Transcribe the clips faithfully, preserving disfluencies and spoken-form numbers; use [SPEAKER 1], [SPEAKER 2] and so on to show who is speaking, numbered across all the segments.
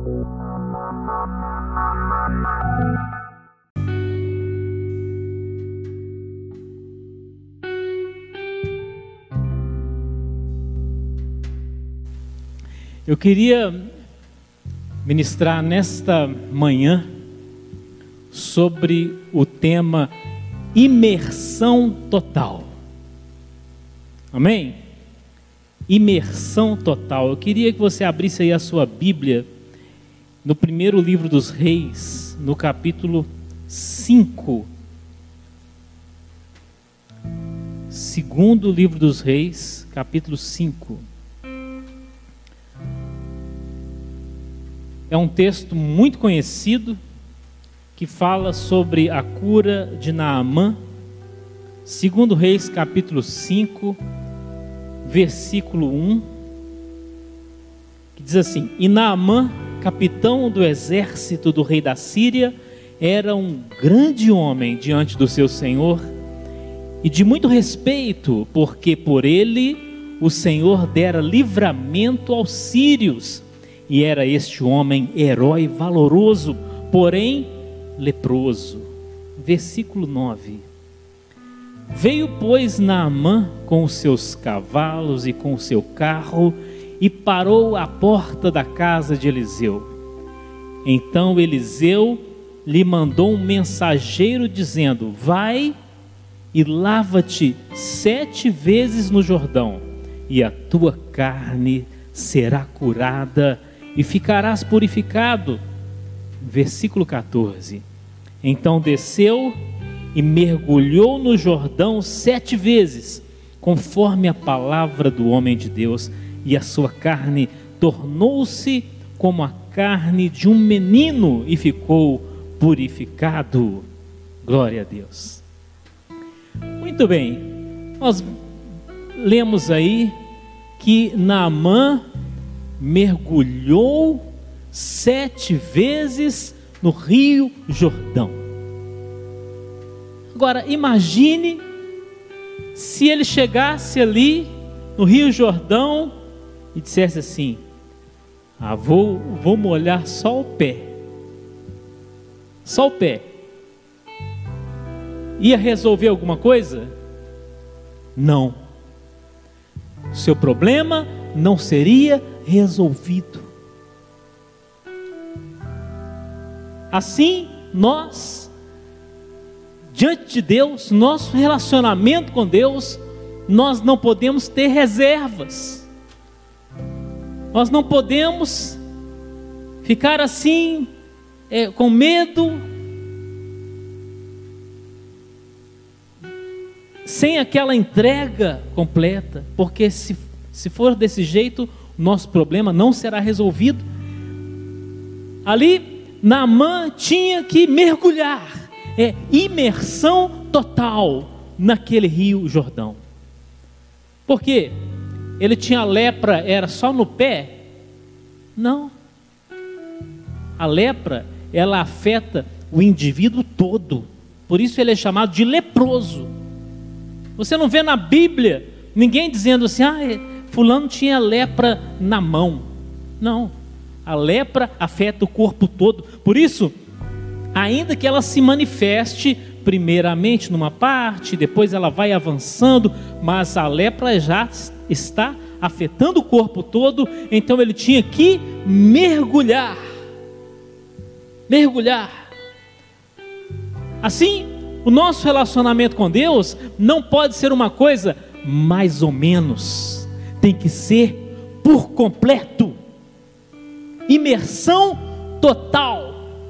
[SPEAKER 1] Eu queria ministrar nesta manhã sobre o tema imersão total. Amém? Imersão total. Eu queria que você abrisse aí a sua Bíblia no primeiro livro dos Reis, no capítulo cinco. Segundo livro dos Reis, capítulo cinco. É um texto muito conhecido que fala sobre a cura de Naamã. Segundo Reis, capítulo cinco, versículo um, que diz assim: E Naamã, capitão do exército do rei da Síria, era um grande homem diante do seu senhor e de muito respeito, porque por ele o Senhor dera livramento aos sírios. E era este homem herói valoroso, porém leproso. Versículo nove. Veio, pois, Naamã com os seus cavalos e com o seu carro e parou à porta da casa de Eliseu. Então Eliseu lhe mandou um mensageiro dizendo: Vai e lava-te sete vezes no Jordão, e a tua carne será curada e ficarás purificado. Versículo quatorze. Então desceu e mergulhou no Jordão sete vezes, conforme a palavra do homem de Deus, e a sua carne tornou-se como a carne de um menino e ficou purificado. Glória a Deus. Muito bem, nós lemos aí que Naamã mergulhou sete vezes no Rio Jordão. Agora imagine se ele chegasse ali no Rio Jordão e dissesse assim: ah, vou, vou molhar só o pé, só o pé. Ia resolver alguma coisa? Não. Seu problema não seria resolvido. Assim, nós, diante de Deus, nosso relacionamento com Deus, nós não podemos ter reservas. Nós não podemos ficar assim, é, com medo, sem aquela entrega completa, porque se, se for desse jeito, nosso problema não será resolvido. Ali, Naamã tinha que mergulhar, é imersão total naquele Rio Jordão. Por quê? Ele tinha lepra, era só no pé? Não. A lepra, ela afeta o indivíduo todo. Por isso ele é chamado de leproso. Você não vê na Bíblia ninguém dizendo assim: ah, fulano tinha lepra na mão. Não. A lepra afeta o corpo todo. Por isso, ainda que ela se manifeste primeiramente numa parte, depois ela vai avançando, mas a lepra já está afetando o corpo todo. Então ele tinha que mergulhar. Mergulhar. Assim, o nosso relacionamento com Deus não pode ser uma coisa mais ou menos. Tem que ser por completo. Imersão total.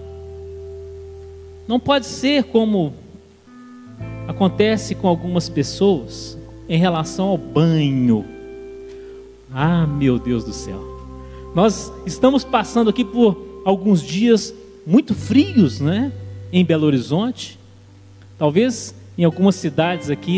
[SPEAKER 1] Não pode ser como acontece com algumas pessoas em relação ao banho. Ah, meu Deus do céu. Nós estamos passando aqui por alguns dias muito frios, né? Em Belo Horizonte. Talvez em algumas cidades aqui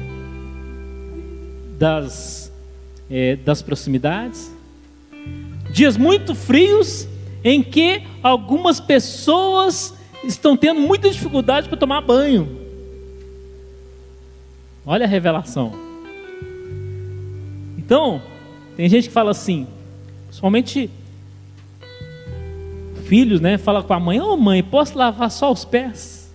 [SPEAKER 1] das, é, das proximidades. Dias muito frios em que algumas pessoas estão tendo muita dificuldade para tomar banho. Olha a revelação. Então, tem gente que fala assim, principalmente filho, né, fala com a mãe: ô mãe, posso lavar só os pés?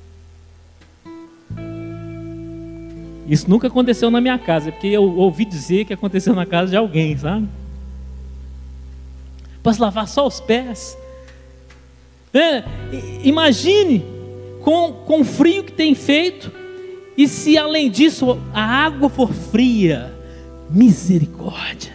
[SPEAKER 1] Isso nunca aconteceu na minha casa, porque eu ouvi dizer que aconteceu na casa de alguém, sabe? Posso lavar só os pés? É, imagine com, com o frio que tem feito, e se além disso a água for fria, misericórdia.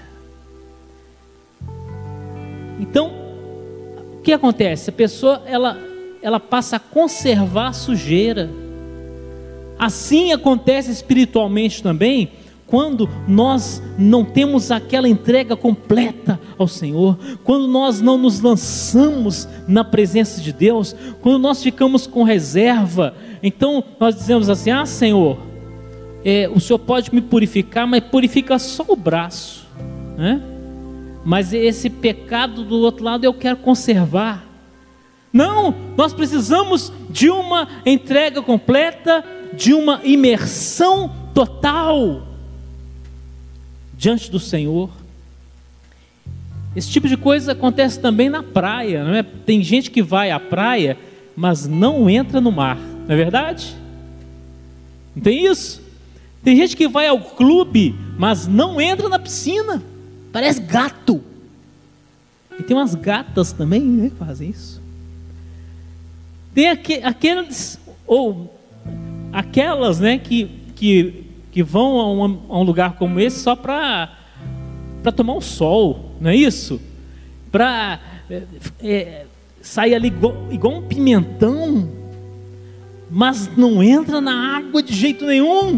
[SPEAKER 1] Então, o que acontece? A pessoa ela, ela passa a conservar a sujeira. Assim acontece espiritualmente também, quando nós não temos aquela entrega completa ao Senhor, quando nós não nos lançamos na presença de Deus, quando nós ficamos com reserva. Então nós dizemos assim: ah, Senhor, é, o Senhor pode me purificar, mas purifica só o braço, né? Mas esse pecado do outro lado eu quero conservar. Não, nós precisamos de uma entrega completa, de uma imersão total diante do Senhor. Esse tipo de coisa acontece também na praia, não é? Tem gente que vai à praia, mas não entra no mar, não é verdade? Não tem isso? Tem gente que vai ao clube, mas não entra na piscina, parece gato. E tem umas gatas também, né, que fazem isso. Tem aqu- aqueles, ou aquelas, né, que, que, que vão a um, a um lugar como esse só para para tomar um sol, não é isso? Para é, é, sair ali igual, igual um pimentão, mas não entra na água de jeito nenhum.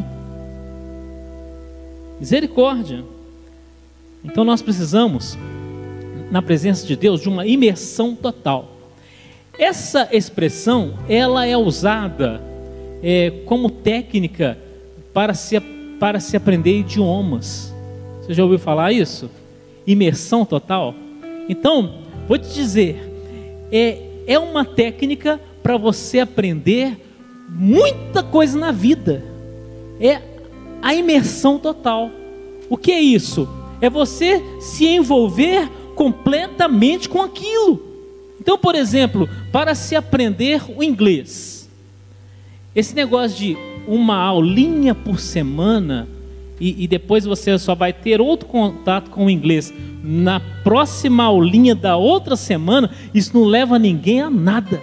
[SPEAKER 1] Misericórdia. Então nós precisamos, na presença de Deus, de uma imersão total. Essa expressão, ela é usada é, como técnica para se, para se aprender idiomas. Você já ouviu falar isso? Imersão total? Então, vou te dizer, é, é uma técnica para você aprender muita coisa na vida. É a imersão total. O que é isso? É você se envolver completamente com aquilo. Então, por exemplo, para se aprender o inglês, esse negócio de uma aulinha por semana, e, e depois você só vai ter outro contato com o inglês na próxima aulinha da outra semana, isso não leva ninguém a nada.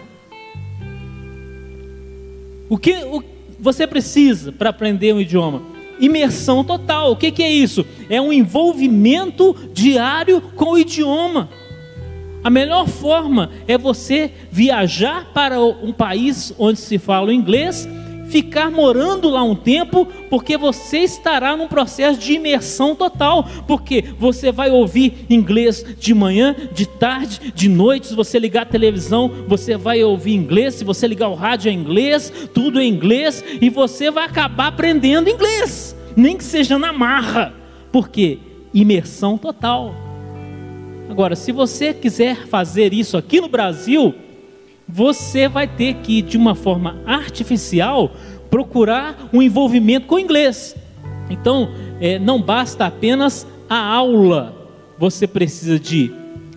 [SPEAKER 1] O que o, você precisa para aprender um idioma? Imersão total. O que, que é isso? É um envolvimento diário com o idioma. A melhor forma é você viajar para um país onde se fala o inglês, ficar morando lá um tempo, porque você estará num processo de imersão total, porque você vai ouvir inglês de manhã, de tarde, de noite. Se você ligar a televisão, você vai ouvir inglês. Se você ligar o rádio, é inglês, tudo é inglês, e você vai acabar aprendendo inglês, nem que seja na marra. Por quê? Imersão total. Agora, se você quiser fazer isso aqui no Brasil, você vai ter que, de uma forma artificial, procurar um envolvimento com o inglês. Então, é, não basta apenas a aula, você precisa de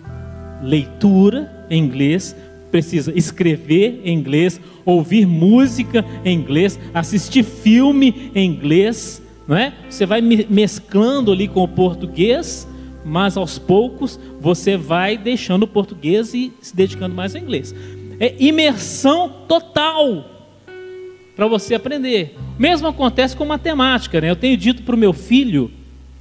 [SPEAKER 1] leitura em inglês, precisa escrever em inglês, ouvir música em inglês, assistir filme em inglês, não é? Você vai mesclando ali com o português, mas aos poucos você vai deixando o português e se dedicando mais ao inglês. É imersão total para você aprender. Mesmo acontece com matemática, né? Eu tenho dito para o meu filho,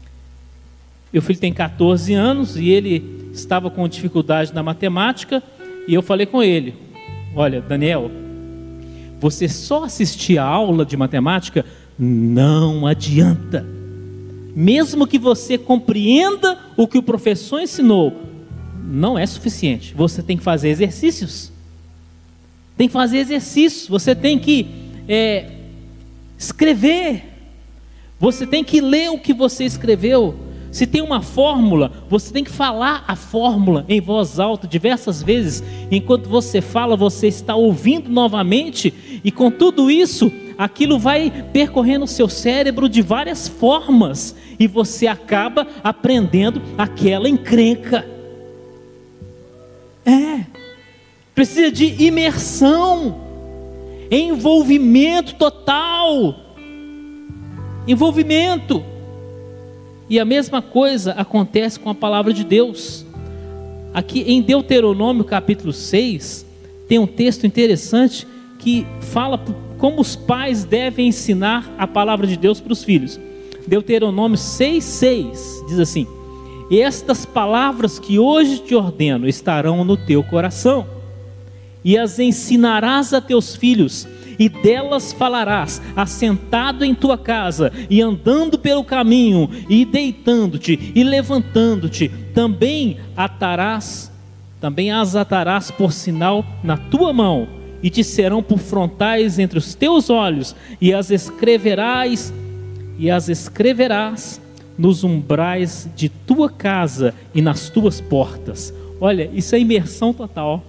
[SPEAKER 1] meu filho tem catorze anos e ele estava com dificuldade na matemática, e eu falei com ele: olha, Daniel, você só assistir a aula de matemática não adianta. Mesmo que você compreenda o que o professor ensinou, não é suficiente. Você tem que fazer exercícios. Tem que fazer exercícios. Você tem que é, escrever. Você tem que ler o que você escreveu. Se tem uma fórmula, você tem que falar a fórmula em voz alta diversas vezes. Enquanto você fala, você está ouvindo novamente. E com tudo isso, aquilo vai percorrendo o seu cérebro de várias formas, e você acaba aprendendo aquela encrenca. É, precisa de imersão, envolvimento total, envolvimento. E a mesma coisa acontece com a palavra de Deus. Aqui em Deuteronômio capítulo seis, tem um texto interessante que fala como os pais devem ensinar a palavra de Deus para os filhos. Deuteronômio seis, seis diz assim: e estas palavras que hoje te ordeno estarão no teu coração, e as ensinarás a teus filhos, e delas falarás, assentado em tua casa, e andando pelo caminho, e deitando-te, e levantando-te, também atarás, também as atarás por sinal na tua mão, e te serão por frontais entre os teus olhos, e as escreverás, e as escreverás nos umbrais de tua casa e nas tuas portas. Olha, isso é imersão total.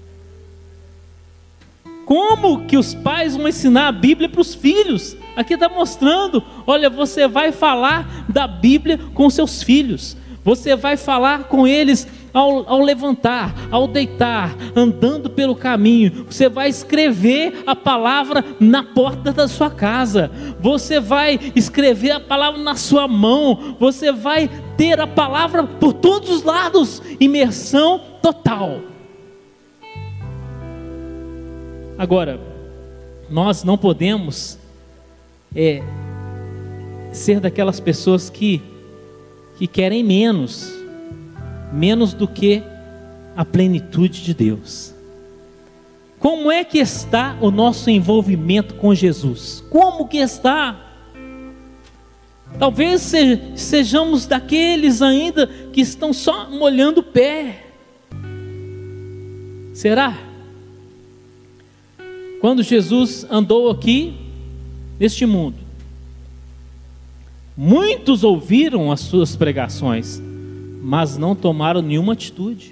[SPEAKER 1] Como que os pais vão ensinar a Bíblia para os filhos? Aqui está mostrando, olha, você vai falar da Bíblia com seus filhos, você vai falar com eles ao, ao levantar, ao deitar, andando pelo caminho, você vai escrever a palavra na porta da sua casa, você vai escrever a palavra na sua mão, você vai ter a palavra por todos os lados, imersão total. Agora, nós não podemos é, ser daquelas pessoas que, que querem menos, menos do que a plenitude de Deus. Como é que está o nosso envolvimento com Jesus? Como que está? Talvez se, sejamos daqueles ainda que estão só molhando o pé. Será? Quando Jesus andou aqui neste mundo, muitos ouviram as suas pregações, mas não tomaram nenhuma atitude.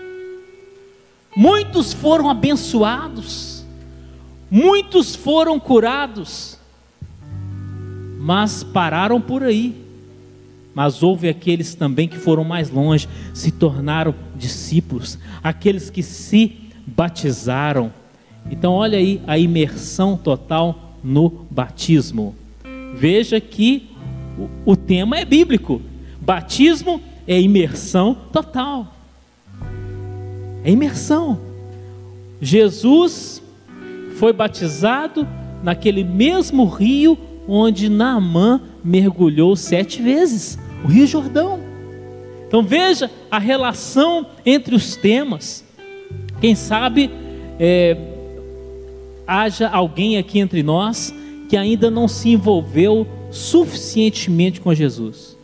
[SPEAKER 1] Muitos foram abençoados, muitos foram curados, mas pararam por aí. Mas houve aqueles também que foram mais longe, se tornaram discípulos, aqueles que se batizaram. Então olha aí a imersão total no batismo. Veja que o, o tema é bíblico. Batismo é imersão total. É imersão. Jesus foi batizado naquele mesmo rio onde Naamã mergulhou sete vezes, o Rio Jordão. Então veja a relação entre os temas. Quem sabe é, haja alguém aqui entre nós que ainda não se envolveu suficientemente com Jesus.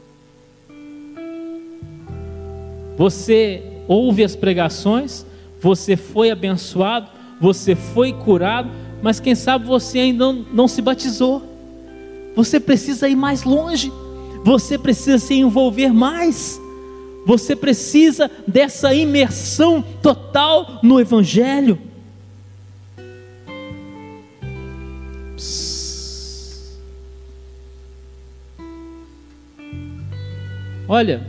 [SPEAKER 1] Você ouve as pregações, você foi abençoado, você foi curado, mas quem sabe você ainda não, não se batizou. Você precisa ir mais longe, você precisa se envolver mais, você precisa dessa imersão total no Evangelho. Olha,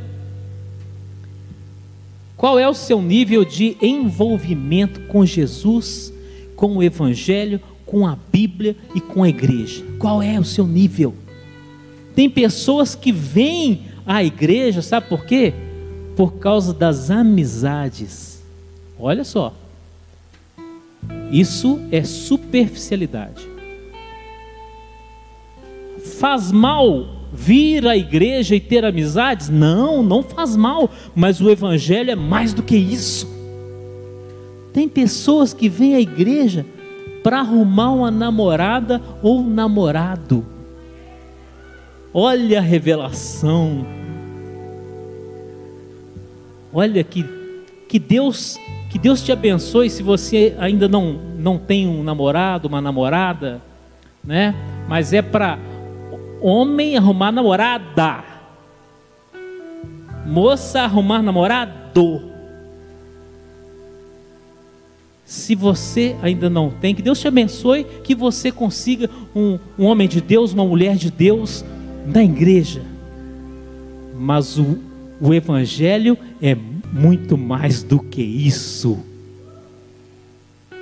[SPEAKER 1] qual é o seu nível de envolvimento com Jesus, com o Evangelho, com a Bíblia e com a igreja? Qual é o seu nível? Tem pessoas que vêm à igreja, sabe por quê? Por causa das amizades. Olha só, isso é superficialidade. Faz mal vir à igreja e ter amizades? Não, não faz mal, mas o Evangelho é mais do que isso. Tem pessoas que vêm à igreja para arrumar uma namorada ou namorado. Olha a revelação. Olha que, que Deus, que Deus te abençoe se você ainda não, não tem um namorado, uma namorada, né? Mas é para homem arrumar namorada, moça arrumar namorado. Se você ainda não tem, que Deus te abençoe, que você consiga um, um homem de Deus, uma mulher de Deus na igreja. Mas o, o, o Evangelho é muito mais do que isso.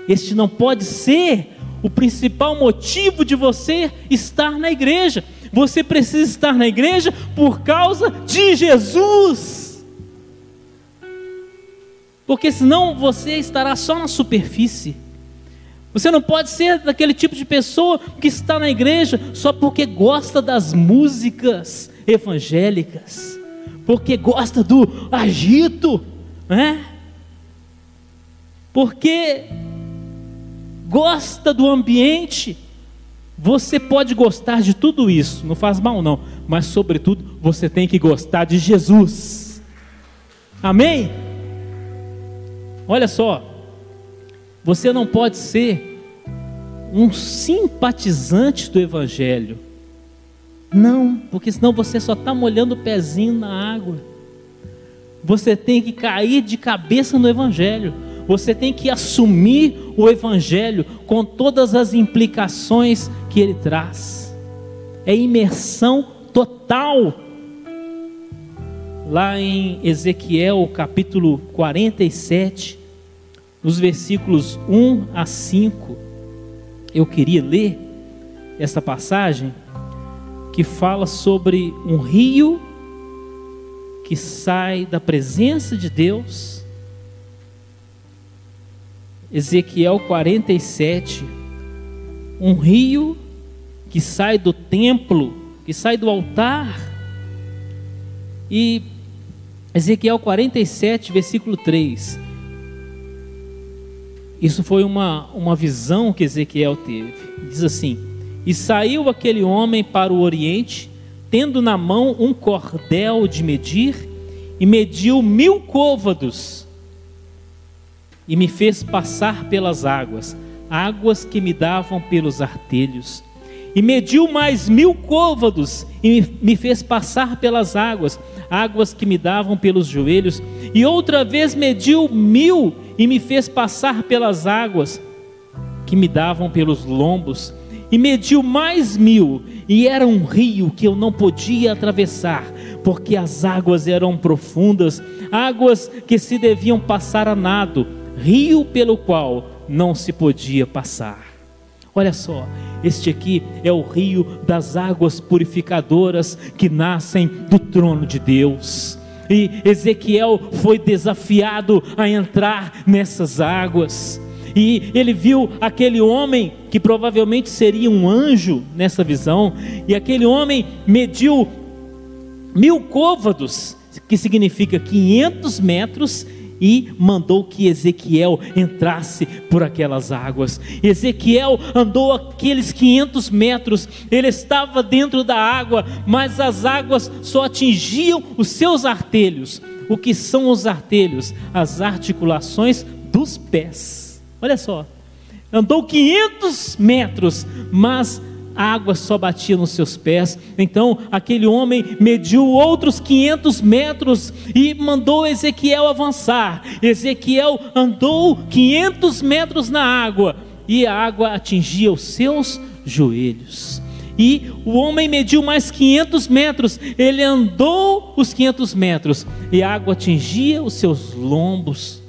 [SPEAKER 1] este não pode ser o principal motivo de você estar na igreja. Você precisa estar na igreja por causa de Jesus, porque senão você estará só na superfície. Você não pode ser daquele tipo de pessoa que está na igreja só porque gosta das músicas evangélicas, porque gosta do agito, né? Porque gosta do ambiente. Você pode gostar de tudo isso, não faz mal não, mas sobretudo você tem que gostar de Jesus. Amém? Olha só, você não pode ser um simpatizante do evangelho, não, porque senão você só está molhando o pezinho na água. Você tem que cair de cabeça no evangelho. Você tem que assumir o evangelho com todas as implicações que ele traz. É imersão total. Lá em Ezequiel capítulo quarenta e sete, nos versículos um a cinco, eu queria ler essa passagem que fala sobre um rio que sai da presença de Deus. Ezequiel quarenta e sete, um rio que sai do templo, que sai do altar. E Ezequiel quarenta e sete, versículo três, isso foi uma, uma visão que Ezequiel teve. Diz assim: e saiu aquele homem para o oriente, tendo na mão um cordel de medir, e mediu mil côvados, e me fez passar pelas águas, águas que me davam pelos artelhos. E mediu mais mil côvados, e me fez passar pelas águas, águas que me davam pelos joelhos. E outra vez mediu mil, e me fez passar pelas águas que me davam pelos lombos. E mediu mais mil, e era um rio que eu não podia atravessar, porque as águas eram profundas, águas que se deviam passar a nado, rio pelo qual não se podia passar. Olha só, este aqui é o rio das águas purificadoras que nascem do trono de Deus. E Ezequiel foi desafiado a entrar nessas águas. E ele viu aquele homem, que provavelmente seria um anjo nessa visão, e aquele homem mediu mil côvados, que significa quinhentos metros, e mandou que Ezequiel entrasse por aquelas águas. Ezequiel andou aqueles quinhentos metros, ele estava dentro da água, mas as águas só atingiam os seus artelhos. O que são os artelhos? As articulações dos pés. Olha só, andou quinhentos metros, mas a água só batia nos seus pés. Então aquele homem mediu outros quinhentos metros e mandou Ezequiel avançar. Ezequiel andou quinhentos metros na água, e a água atingia os seus joelhos. E o homem mediu mais quinhentos metros, ele andou os quinhentos metros, e a água atingia os seus lombos.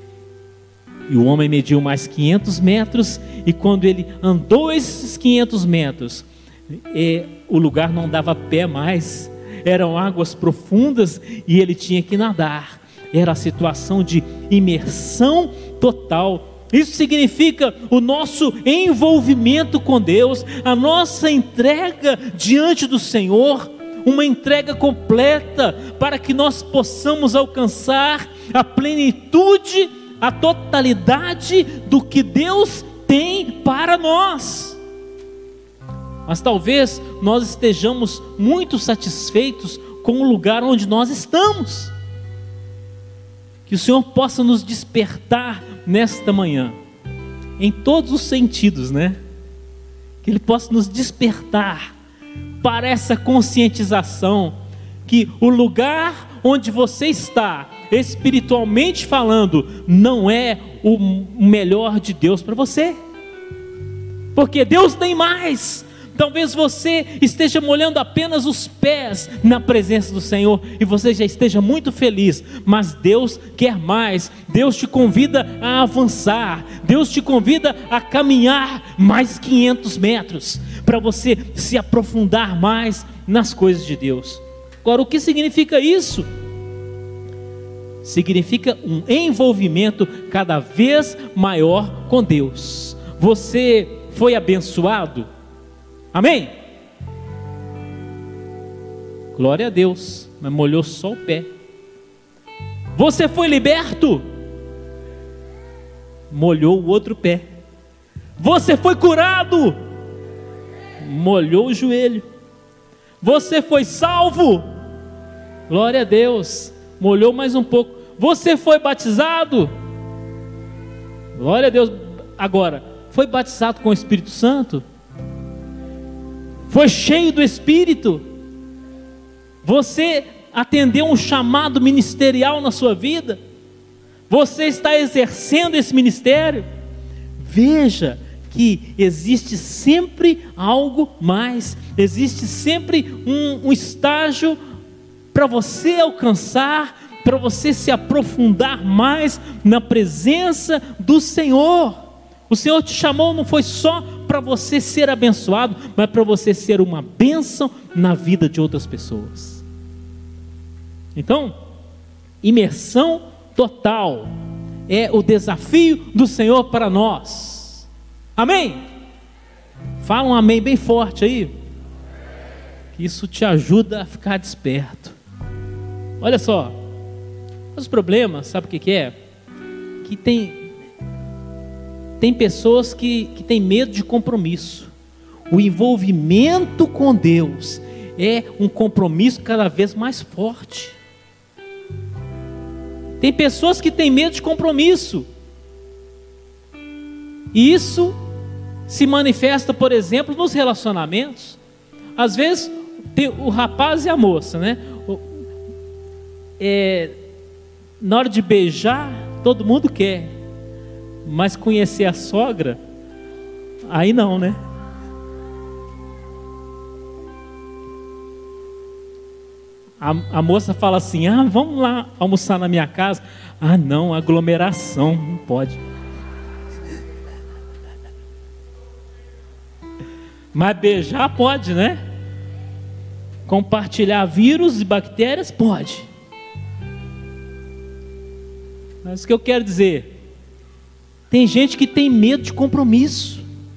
[SPEAKER 1] E o homem mediu mais quinhentos metros, e quando ele andou esses quinhentos metros, é, o lugar não dava pé mais, eram águas profundas, e ele tinha que nadar. Era a situação de imersão total. Isso significa o nosso envolvimento com Deus, a nossa entrega diante do Senhor, uma entrega completa, para que nós possamos alcançar a plenitude, a totalidade do que Deus tem para nós. Mas talvez nós estejamos muito satisfeitos com o lugar onde nós estamos. Que o Senhor possa nos despertar nesta manhã, em todos os sentidos, né? Que Ele possa nos despertar para essa conscientização, que o lugar onde você está, espiritualmente falando, não é o melhor de Deus para você, porque Deus tem mais. Talvez você esteja molhando apenas os pés na presença do Senhor e você já esteja muito feliz, mas Deus quer mais. Deus te convida a avançar, Deus te convida a caminhar mais quinhentos metros, para você se aprofundar mais nas coisas de Deus. Agora, o que significa isso? Significa um envolvimento cada vez maior com Deus. Você foi abençoado? Amém? Glória a Deus, mas molhou só o pé. Você foi liberto? Molhou o outro pé. Você foi curado? Molhou o joelho. Você foi salvo? Glória a Deus, molhou mais um pouco. Você foi batizado? Glória a Deus. Agora, foi batizado com o Espírito Santo? Foi cheio do Espírito? Você atendeu um chamado ministerial na sua vida? Você está exercendo esse ministério? Veja que existe sempre algo mais, existe sempre um, um estágio para você alcançar, para você se aprofundar mais na presença do Senhor. O Senhor te chamou não foi só para você ser abençoado, mas para você ser uma bênção na vida de outras pessoas. Então, imersão total é o desafio do Senhor para nós. Amém? Fala um amém bem forte aí, que isso te ajuda a ficar desperto. Olha só, os problemas, sabe o que, que é? Que tem, tem pessoas que, que têm medo de compromisso. O envolvimento com Deus é um compromisso cada vez mais forte. Tem pessoas que têm medo de compromisso. E isso se manifesta, por exemplo, nos relacionamentos. Às vezes, tem o rapaz e a moça, né? É, na hora de beijar, todo mundo quer. Mas conhecer a sogra, aí não, né? A, a moça fala assim: ah, vamos lá almoçar na minha casa. Ah não, aglomeração, não pode. Mas beijar pode, né? Compartilhar vírus e bactérias pode. Mas o que eu quero dizer, tem gente que tem medo de compromisso.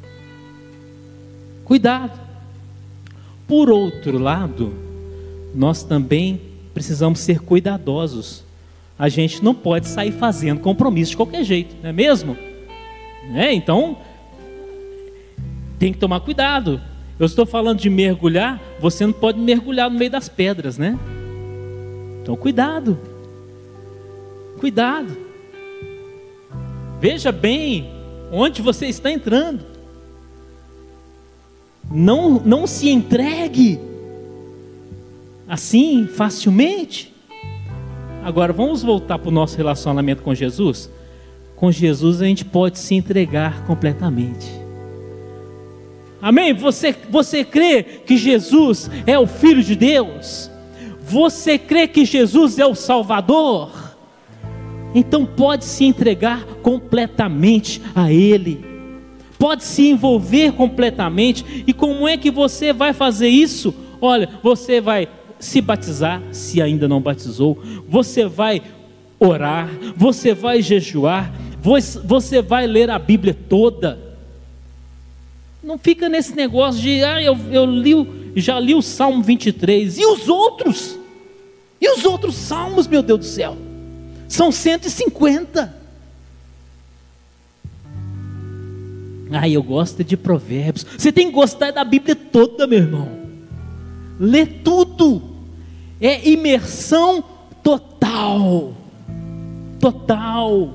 [SPEAKER 1] Cuidado. Por outro lado, nós também precisamos ser cuidadosos. A gente não pode sair fazendo compromisso de qualquer jeito, não é mesmo? É, então, tem que tomar cuidado. Eu estou falando de mergulhar, você não pode mergulhar no meio das pedras, né? Então, cuidado. Cuidado. Veja bem onde você está entrando. Não, não se entregue assim facilmente. Agora vamos voltar para o nosso relacionamento com Jesus. Com Jesus a gente pode se entregar completamente. Amém? Você, você crê que Jesus é o Filho de Deus? Você crê que Jesus é o Salvador? Então pode se entregar completamente a Ele. Pode se envolver completamente. E como é que você vai fazer isso? Olha, você vai se batizar, se ainda não batizou. Você vai orar, você vai jejuar, você vai ler a Bíblia toda. Não fica nesse negócio de, ah, eu, eu li, já li o Salmo vinte e três. E os outros? E os outros salmos, meu Deus do céu? São cento e cinquenta. Ah, eu gosto de provérbios. Você tem que gostar da Bíblia toda, meu irmão. Lê tudo. É imersão total. Total.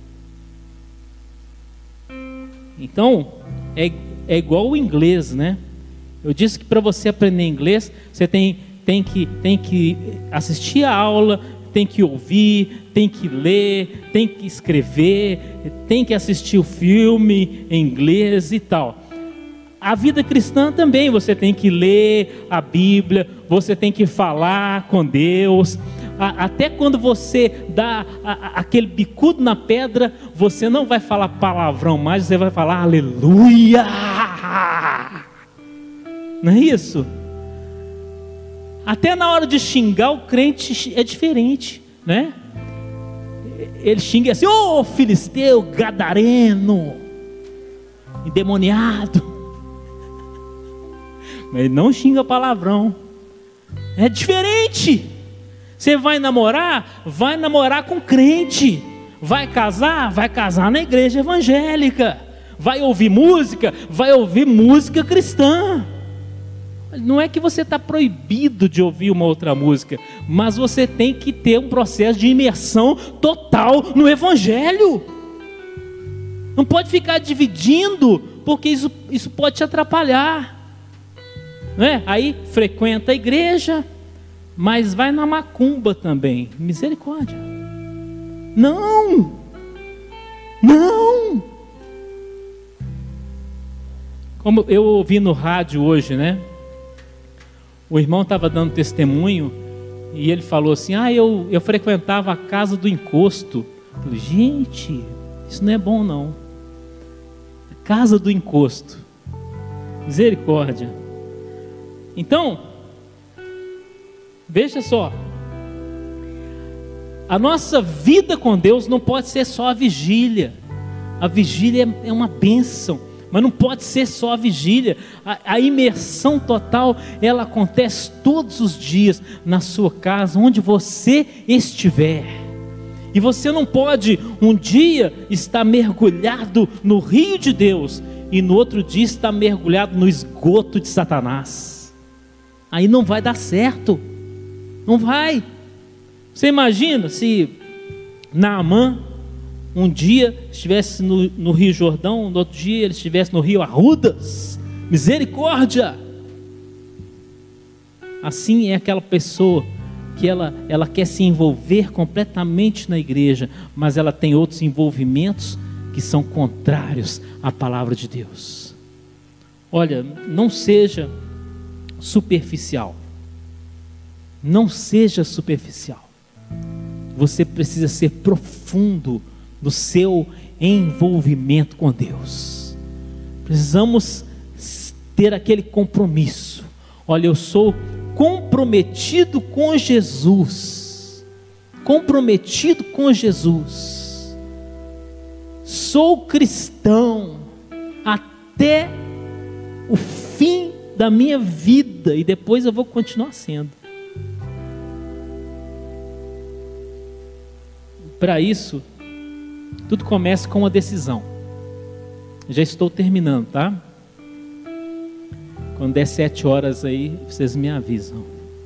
[SPEAKER 1] Então, é, é igual o inglês, né? Eu disse que para você aprender inglês, você tem, tem, que, tem que assistir a aula, tem que ouvir, tem que ler, tem que escrever, tem que assistir o filme em inglês e tal. a vida cristã também, você tem que ler a Bíblia, você tem que falar com Deus. Até quando você dá aquele bicudo na pedra, você não vai falar palavrão mais, você vai falar aleluia. Não é isso? Até na hora de xingar, o crente é diferente, né? Ele xinga assim: ô filisteu, gadareno, endemoniado. Mas ele não xinga palavrão. É diferente. Você vai namorar? Vai namorar com crente. Vai casar? Vai casar na igreja evangélica. Vai ouvir música? Vai ouvir música cristã. Não é que você está proibido de ouvir uma outra música, mas você tem que ter um processo de imersão total no evangelho. Não pode ficar dividindo, porque isso, isso pode te atrapalhar, não é? Aí frequenta a igreja, mas vai na macumba também. Misericórdia. Não, não. Como eu ouvi no rádio hoje, né? O irmão estava dando testemunho e ele falou assim: ah, eu, eu frequentava a casa do encosto. Eu falei: gente, isso não é bom não. Casa do encosto. Misericórdia. Então, veja só, a nossa vida com Deus não pode ser só a vigília. A vigília é uma bênção, mas não pode ser só a vigília. A, a imersão total, ela acontece todos os dias na sua casa, onde você estiver. E você não pode um dia estar mergulhado no rio de Deus e no outro dia estar mergulhado no esgoto de Satanás. Aí não vai dar certo. Não vai. Você imagina se Naamã um dia estivesse no, no Rio Jordão, no outro dia ele estivesse no Rio Arrudas. Misericórdia! Assim é aquela pessoa que ela, ela quer se envolver completamente na igreja, mas ela tem outros envolvimentos que são contrários à palavra de Deus. Olha, não seja superficial. Não seja superficial. Você precisa ser profundo no seu envolvimento com Deus. Precisamos ter aquele compromisso. Olha, eu sou comprometido com Jesus. Comprometido com Jesus. Sou cristão até o fim da minha vida e depois eu vou continuar sendo. Para isso, tudo começa com uma decisão. Já estou terminando, tá? Quando der sete horas aí, vocês me avisam.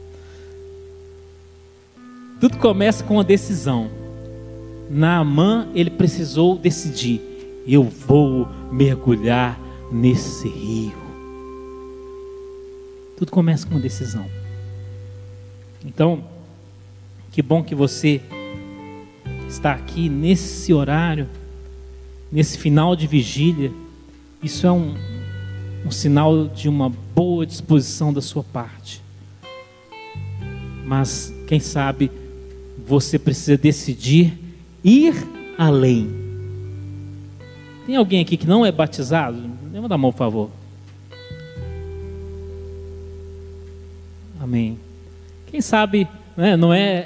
[SPEAKER 1] Tudo começa com uma decisão. Naamã, ele precisou decidir: eu vou mergulhar nesse rio. Tudo começa com uma decisão. Então, que bom que você está aqui nesse horário, nesse final de vigília. Isso é um, um sinal de uma boa disposição da sua parte. Mas, quem sabe, você precisa decidir ir além. Tem alguém aqui que não é batizado? Levanta a mão, por favor. Amém. Quem sabe, né, não é...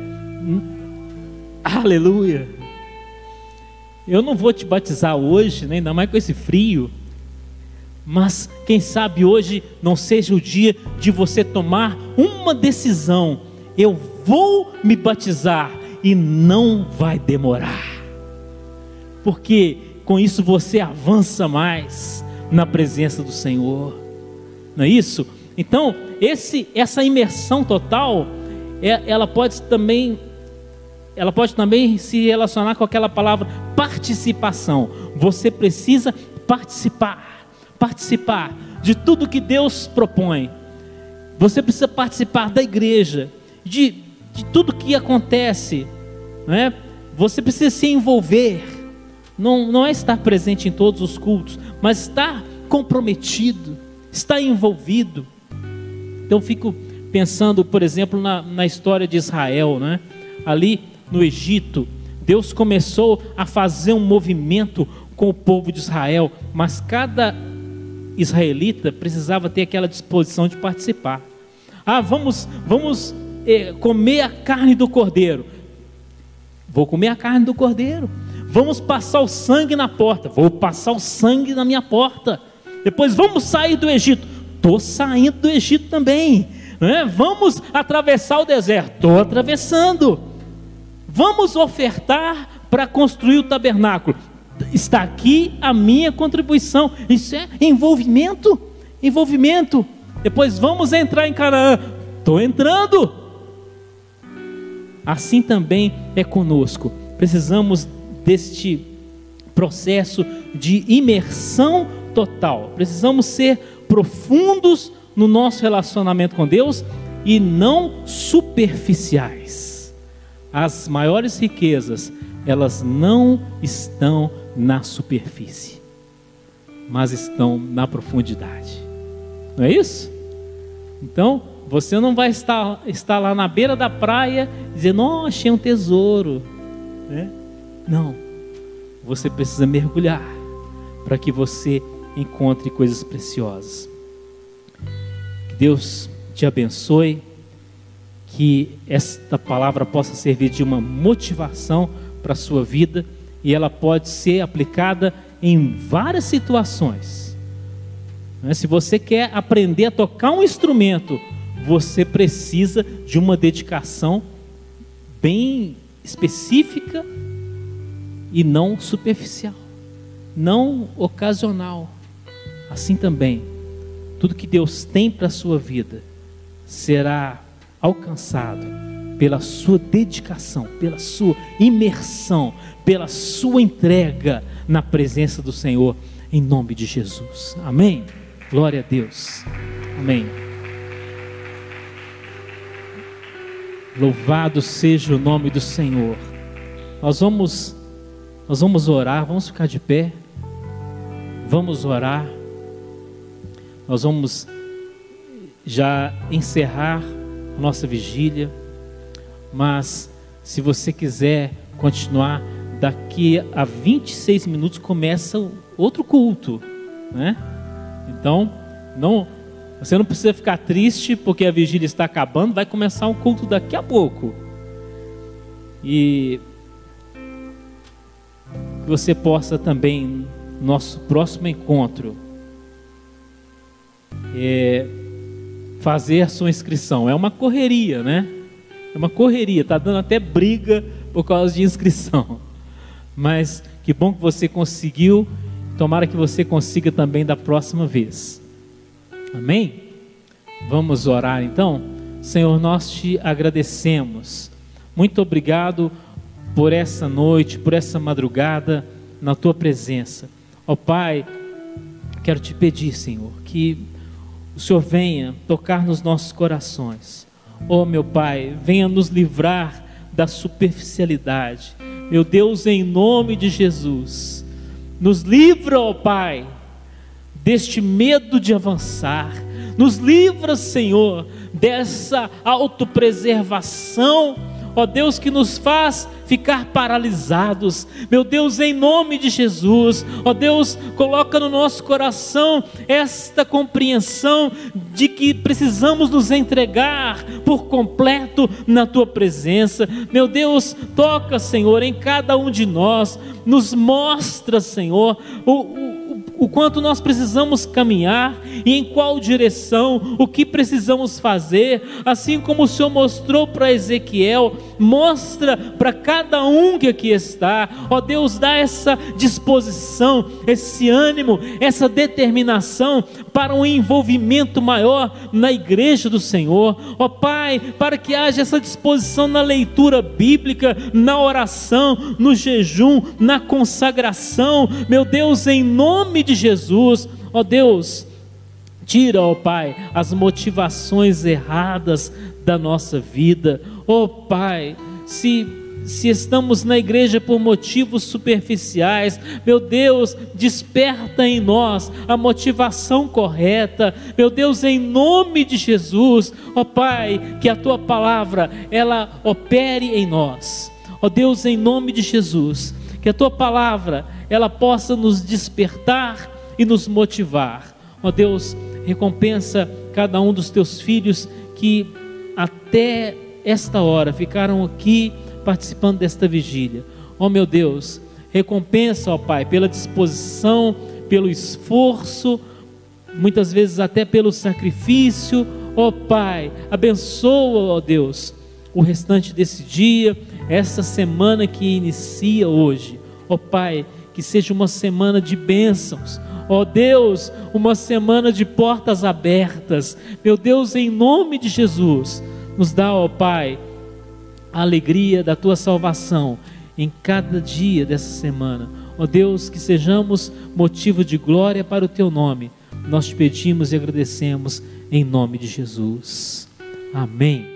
[SPEAKER 1] Aleluia. Eu não vou te batizar hoje, né, ainda mais com esse frio. Mas quem sabe hoje não seja o dia de você tomar uma decisão: eu vou me batizar, e não vai demorar. Porque com isso você avança mais na presença do Senhor. Não é isso? Então, esse, essa imersão total, é, ela pode também... ela pode também se relacionar com aquela palavra participação. Você precisa participar, participar de tudo que Deus propõe. Você precisa participar da igreja, de, de tudo que acontece, não é? Você precisa se envolver. Não, não é estar presente em todos os cultos, mas estar comprometido, está envolvido. Então eu fico pensando, por exemplo, na, na história de Israel, né? Ali no Egito, Deus começou a fazer um movimento com o povo de Israel, mas cada israelita precisava ter aquela disposição de participar. Ah, vamos, vamos eh, comer a carne do cordeiro. Vou comer a carne do cordeiro. Vamos passar o sangue na porta. Vou passar o sangue na minha porta. Depois vamos sair do Egito. Estou saindo do Egito também, não é? Vamos atravessar o deserto. Estou atravessando. Vamos ofertar para construir o tabernáculo. Está aqui a minha contribuição. Isso é envolvimento. Envolvimento. Depois vamos entrar em Canaã. Estou entrando. Assim também é conosco. Precisamos deste processo de imersão total. Precisamos ser profundos no nosso relacionamento com Deus e não superficiais. As maiores riquezas, elas não estão na superfície, mas estão na profundidade. Não é isso? Então, você não vai estar, estar lá na beira da praia dizendo, oh, achei um tesouro, né? Não, você precisa mergulhar para que você encontre coisas preciosas. Que Deus te abençoe, que esta palavra possa servir de uma motivação para a sua vida, e ela pode ser aplicada em várias situações. Se você quer aprender a tocar um instrumento, você precisa de uma dedicação bem específica e não superficial, não ocasional. Assim também, tudo que Deus tem para a sua vida será alcançado pela sua dedicação, pela sua imersão, pela sua entrega na presença do Senhor, em nome de Jesus. Amém? Glória a Deus. Amém. Louvado seja o nome do Senhor. Nós vamos, nós vamos orar, vamos ficar de pé. Vamos orar. Nós vamos já encerrar a nossa vigília. Mas se você quiser continuar, daqui a vinte e seis minutos começa outro culto, né? Então, não, você não precisa ficar triste porque a vigília está acabando, vai começar um culto daqui a pouco. E que você possa também, nosso próximo encontro, é, fazer a sua inscrição. É uma correria, né? É uma correria, está dando até briga por causa de inscrição. Mas que bom que você conseguiu. Tomara que você consiga também da próxima vez. Amém? Vamos orar então? Senhor, nós te agradecemos. Muito obrigado por essa noite, por essa madrugada na tua presença. Ó Pai, quero te pedir, Senhor, que o Senhor venha tocar nos nossos corações. Ó meu Pai, venha nos livrar da superficialidade. Meu Deus, em nome de Jesus, nos livra, ó Pai, deste medo de avançar. Nos livra, Senhor, dessa autopreservação, ó Deus, que nos faz ficar paralisados. Meu Deus, em nome de Jesus, ó Deus, coloca no nosso coração esta compreensão de que precisamos nos entregar por completo na tua presença. Meu Deus, toca, Senhor, em cada um de nós, nos mostra, Senhor, o, o o quanto nós precisamos caminhar e em qual direção, o que precisamos fazer, assim como o Senhor mostrou para Ezequiel, mostra para cada um que aqui está. Ó Deus, dá essa disposição, esse ânimo, essa determinação para um envolvimento maior na igreja do Senhor. Ó Pai, para que haja essa disposição na leitura bíblica, na oração, no jejum, na consagração. Meu Deus, em nome de Jesus, ó Deus, tira, ó Pai, as motivações erradas da nossa vida. Ó Pai, se se estamos na igreja por motivos superficiais, meu Deus, desperta em nós a motivação correta, meu Deus, em nome de Jesus, ó Pai, que a Tua palavra, ela opere em nós, ó Deus, em nome de Jesus, que a Tua palavra, ela possa nos despertar e nos motivar, ó Deus, recompensa cada um dos Teus filhos que até esta hora ficaram aqui participando desta vigília. Ó meu Deus, recompensa, ó Pai, pela disposição, pelo esforço, muitas vezes até pelo sacrifício, ó Pai, abençoa, ó Deus, o restante desse dia, essa semana que inicia hoje, ó Pai, que seja uma semana de bênçãos, ó Deus, uma semana de portas abertas, meu Deus, em nome de Jesus, nos dá, ó Pai, a alegria da Tua salvação em cada dia dessa semana, ó Deus, que sejamos motivo de glória para o Teu nome, nós te pedimos e agradecemos em nome de Jesus, amém.